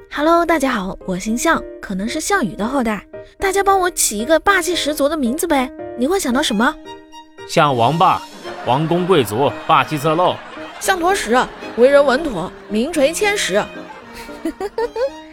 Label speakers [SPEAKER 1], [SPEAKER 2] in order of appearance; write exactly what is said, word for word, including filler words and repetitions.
[SPEAKER 1] Hello， 大家好，我姓项，可能是项羽的后代，大家帮我起一个霸气十足的名字呗。你会想到什么？
[SPEAKER 2] 项王霸，王公贵族，霸气侧漏。
[SPEAKER 1] 项坨石，为人稳妥，名垂千史。